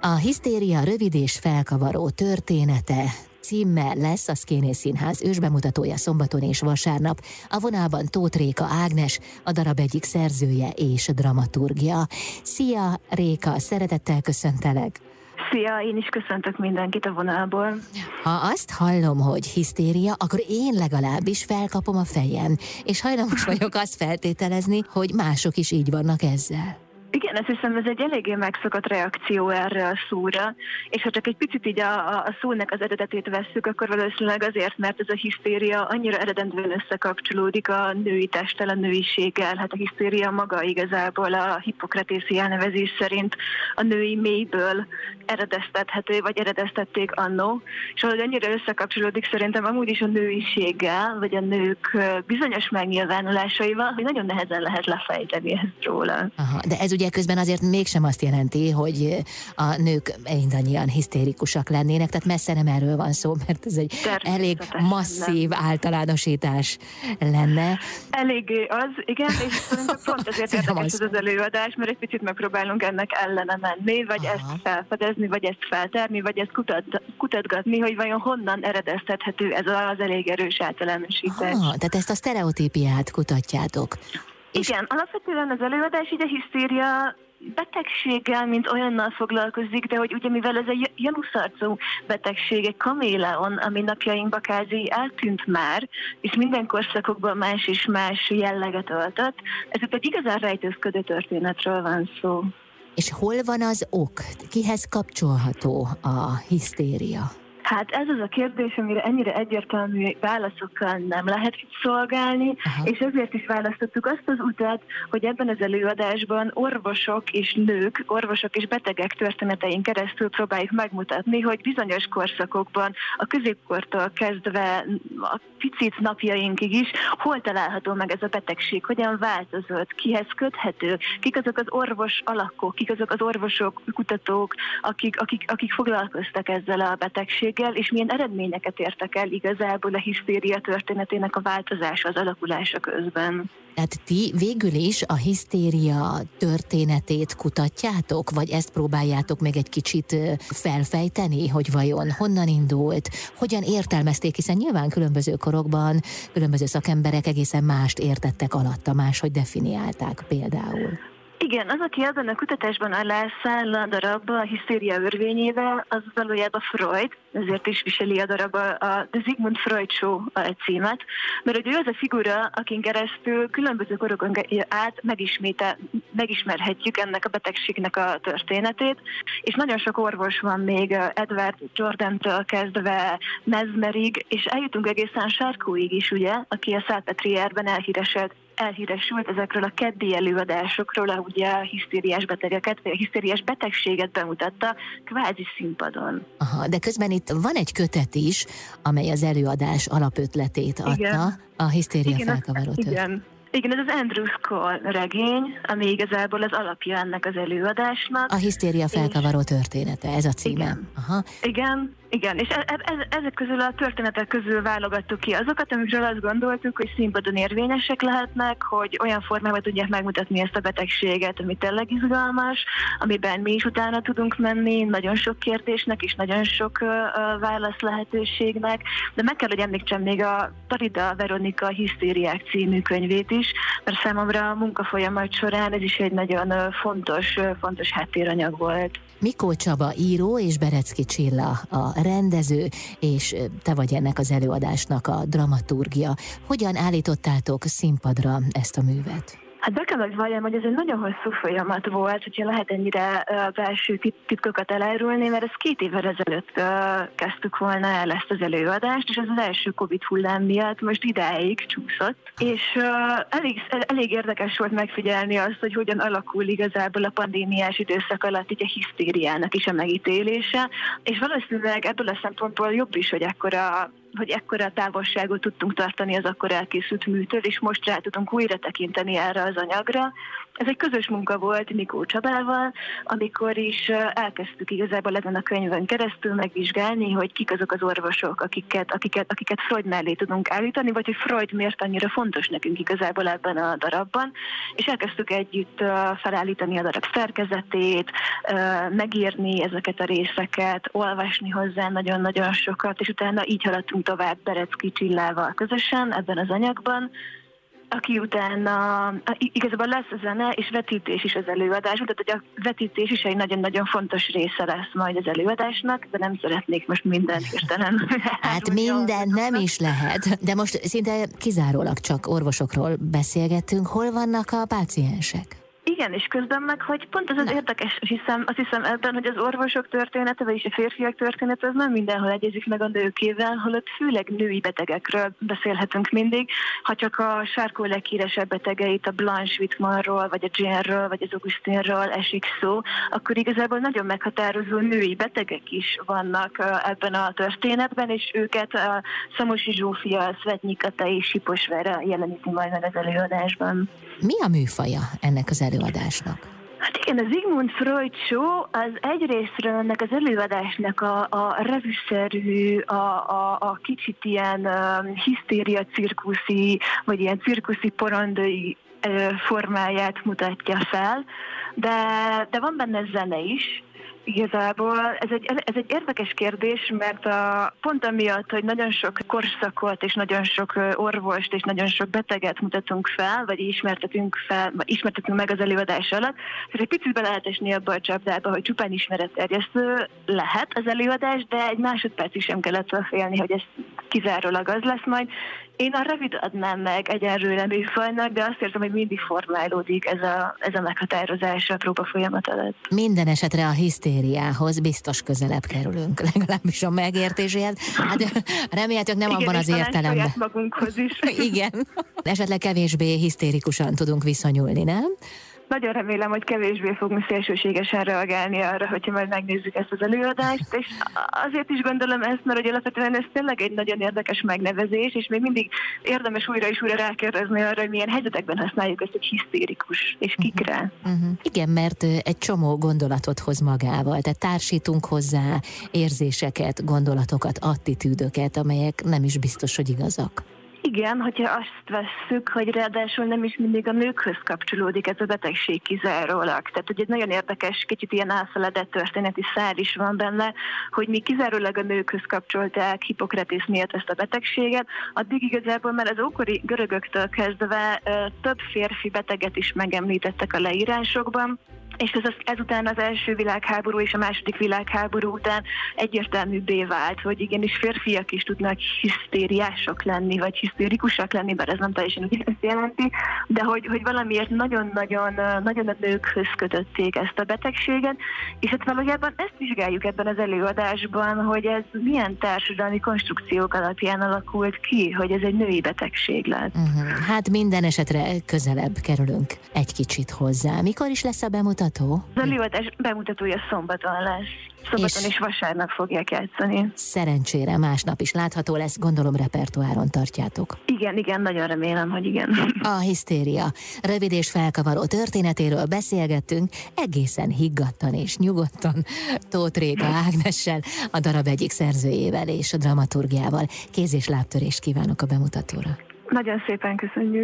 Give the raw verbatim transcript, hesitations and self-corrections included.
A hisztéria rövid és felkavaró története címmel lesz a Szkénész Színház ősbemutatója szombaton és vasárnap. A vonalban Tóth Réka Ágnes, a darab egyik szerzője és dramaturgja. Szia Réka, szeretettel köszöntelek! Szia, én is köszöntök mindenkit a vonalból. Ha azt hallom, hogy hisztéria, akkor én legalábbis felkapom a fejem, és hajlamos vagyok azt feltételezni, hogy mások is így vannak ezzel. Igen, azt hiszem, ez egy eléggé megszokott reakció erre a szóra, és ha csak egy picit így a, a szónak az eredetét vesszük, akkor valószínűleg azért, mert ez a hisztéria annyira eredendően összekapcsolódik a női testtel, a nőiséggel. Hát a hisztéria maga igazából a hippokratészi elnevezés szerint a női mélyből eredeztethető, vagy eredeztették annó, és ahogy annyira összekapcsolódik szerintem amúgy is a nőiséggel, vagy a nők bizonyos megnyilvánulásaival, hogy nagyon nehezen lehet lefejteni ezt róla. Aha, de ez ugye közben azért mégsem azt jelenti, hogy a nők mindannyian hisztérikusak lennének, tehát messze nem erről van szó, mert ez egy elég masszív nem. általánosítás lenne. Eléggé az, igen, és szerintem pont ezért érdekes ez az előadás, mert egy picit megpróbálunk ennek ellene menni, vagy Aha. ezt felfedezni, vagy ezt feltárni, vagy ezt kutat, kutatgatni, hogy vajon honnan eredeztethető ez az elég erős általánosítás. Aha, tehát ezt a sztereotípiát kutatjátok. Igen, alapvetően az előadás így a hisztéria betegséggel, mint olyannal foglalkozik, de hogy ugye mivel ez egy januszarcú betegség, egy kaméleon, ami napjainkban kázi eltűnt már, és minden korszakokban más és más jelleget öltött, ezért egy igazán rejtőzködő történetről van szó. És hol van az ok? Kihez kapcsolható a hisztéria? Hát ez az a kérdés, amire ennyire egyértelmű válaszokkal nem lehet szolgálni, Aha. és ezért is választottuk azt az utat, hogy ebben az előadásban orvosok és nők, orvosok és betegek történetein keresztül próbáljuk megmutatni, hogy bizonyos korszakokban, a középkortól kezdve a picit napjainkig is, hol található meg ez a betegség, hogyan változott, kihez köthető, kik azok az orvos alakok, kik azok az orvosok, kutatók, akik, akik, akik foglalkoztak ezzel a betegséggel, és milyen eredményeket értek el igazából a hisztéria történetének a változása, az alakulása közben. Tehát ti végül is a hisztéria történetét kutatjátok, vagy ezt próbáljátok meg egy kicsit felfejteni, hogy vajon honnan indult, hogyan értelmezték, hiszen nyilván különböző korokban különböző szakemberek egészen mást értettek alatta, máshogy definiálták például. Igen, az, aki ebben a kutatásban alászáll a darabba, a hisztéria örvényével, az valójában Freud, ezért is viseli a darab a The Sigmund Freud Show címet, mert hogy ő az a figura, akin keresztül különböző korokon át megismerhetjük ennek a betegségnek a történetét, és nagyon sok orvos van még Edward Jordantől kezdve Mesmerig, és eljutunk egészen Charcotig is, ugye, aki a Salpêtrière-ben elhíresült elhíresült ezekről a keddi előadásokról, ahogy ugye a hisztériás betegeket, vagy a hisztériás betegséget bemutatta kvázi színpadon. Aha, de közben itt van egy kötet is, amely az előadás alapötletét adta, igen. a hisztéria igen, felkavaró az, igen. Igen, ez az Andrew Scull regény, ami igazából az alapja ennek az előadásnak. A hisztéria felkavaró és... története, ez a címe. Igen, Aha. igen. Igen, és e- e- ezek közül a történetek közül válogattuk ki azokat, amikről azt gondoltuk, hogy színpadon érvényesek lehetnek, hogy olyan formában tudják megmutatni ezt a betegséget, ami tényleg izgalmas, amiben mi is utána tudunk menni, nagyon sok kérdésnek és nagyon sok uh, válasz lehetőségnek, de meg kell, hogy említsem még a Tarida Veronika Hisztériák című könyvét is, mert számomra a munkafolyamat során ez is egy nagyon uh, fontos, uh, fontos háttéranyag volt. Mikó Csaba író és Berecki Csilla a rendező, és te vagy ennek az előadásnak a dramaturgia. Hogyan állítottátok színpadra ezt a művet? Hát be kell, hogy valljam, hogy ez egy nagyon hosszú folyamat volt, hogyha lehet ennyire uh, belső titkokat elárulni, mert ezt két évvel ezelőtt uh, kezdtük volna el ezt az előadást, és ez az első Covid hullám miatt most idáig csúszott. És uh, elég, elég érdekes volt megfigyelni azt, hogy hogyan alakul igazából a pandémiás időszak alatt így a hisztériának is a megítélése, és valószínűleg ebből a szempontból jobb is, hogy ekkora hogy ekkora távolságot tudtunk tartani az akkor elkészült műtől, és most rá tudunk újra tekinteni erre az anyagra, Ez egy közös munka volt Mikó Csabával, amikor is elkezdtük igazából ezen a könyvön keresztül megvizsgálni, hogy kik azok az orvosok, akiket, akiket, akiket Freud mellé tudunk állítani, vagy hogy Freud miért annyira fontos nekünk igazából ebben a darabban. És elkezdtük együtt felállítani a darab szerkezetét, megírni ezeket a részeket, olvasni hozzá nagyon-nagyon sokat, és utána így haladtunk tovább Berecki Csillával közösen ebben az anyagban, aki utána igazából lesz zene és vetítés is az előadásban, tehát hogy a vetítés is egy nagyon-nagyon fontos része lesz majd az előadásnak, de nem szeretnék most mindent hirtelen. Hát minden nem is lehet, de most szinte kizárólag csak orvosokról beszélgettünk. Hol vannak a páciensek? Igen, és közben meg, hogy pont ez az Na. érdekes, hiszem, azt hiszem ebben, hogy az orvosok története, vagyis a férfiak története, az nem mindenhol egyezik meg a nőkével, holott főleg női betegekről beszélhetünk mindig. Ha csak a Sarkó leghíresebb betegeit, a Blanche Whitmanról, vagy a Jane-ről, vagy az Augustinról esik szó, akkor igazából nagyon meghatározó női betegek is vannak ebben a történetben, és őket a Szamosi Zsófia, Szvetnyi Kata és Sipos Vera jeleníti majd meg az előadásban. Mi a műfaja ennek az előadásnak? Hát igen, az Sigmund Freud Show az egyrésztről ennek az előadásnak a, a revűszerű, a, a, a kicsit ilyen um, hisztéria cirkuszi, vagy ilyen cirkuszi porondai uh, formáját mutatja fel, de, de van benne zene is. Igazából ez egy, ez egy érdekes kérdés, mert a, pont amiatt, hogy nagyon sok korszakot és nagyon sok orvost és nagyon sok beteget mutatunk fel, vagy ismertetünk fel, vagy ismertetünk meg az előadás alatt, és egy picit be lehet esni abba a csapdába, hogy csupán ismeretterjesztő lehet az előadás, de egy másodpercig sem kellett félni, hogy ez kizárólag az lesz majd. Én a rövid adnám meg egyelőre műfajnak, de azt érzem, hogy mindig formálódik ez a, ez a meghatározás a próba folyamat alatt. Minden esetre a hisztériához biztos közelebb kerülünk, legalábbis a megértéséhez. Hát remélhetőleg nem Igen, abban az értelemben. Magunkhoz is. Igen. Esetleg kevésbé hisztérikusan tudunk viszonyulni, nem? Nagyon remélem, hogy kevésbé fogunk szélsőségesen reagálni arra, hogyha majd megnézzük ezt az előadást, és azért is gondolom ezt, mert hogy alapvetően ez tényleg egy nagyon érdekes megnevezés, és még mindig érdemes újra és újra rákérdezni arra, hogy milyen helyzetekben használjuk ezt, hogy hisztérikus, és kikre. Uh-huh. Uh-huh. Igen, mert egy csomó gondolatot hoz magával, tehát társítunk hozzá érzéseket, gondolatokat, attitűdöket, amelyek nem is biztos, hogy igazak. Igen, hogyha azt vesszük, hogy ráadásul nem is mindig a nőkhöz kapcsolódik ez a betegség kizárólag. Tehát, hogy egy nagyon érdekes, kicsit ilyen elfeledett történeti szál is van benne, hogy mi kizárólag a nőkhöz kapcsolták Hippokratész miatt ezt a betegséget, addig igazából már az ókori görögöktől kezdve több férfi beteget is megemlítettek a leírásokban, és ez, ezután az első világháború és a második világháború után egyértelműbbé vált, hogy igenis férfiak is tudnak hisztériások lenni, vagy hisztérikusak lenni, bár ez nem teljesen ugyanezt jelenti, de hogy, hogy valamiért nagyon-nagyon nagyon a nőkhöz kötötték ezt a betegséget, és hát valójában ezt vizsgáljuk ebben az előadásban, hogy ez milyen társadalmi konstrukciók alapján alakult ki, hogy ez egy női betegség lett. Uh-huh. Hát minden esetre közelebb kerülünk egy kicsit hozzá. Mikor is lesz a bemutató? Az előadás bemutatója szombaton lesz. Szombaton és, és vasárnap fogják játszani. Szerencsére másnap is látható lesz, gondolom repertoáron tartjátok. Igen, igen, nagyon remélem, hogy igen. A hisztéria rövid és felkavaró történetéről beszélgettünk, egészen higgadtan és nyugodtan Tóth Réka Ágnessel, a darab egyik szerzőjével és a dramaturgiával. Kéz- és lábtörést kívánok a bemutatóra. Nagyon szépen köszönjük.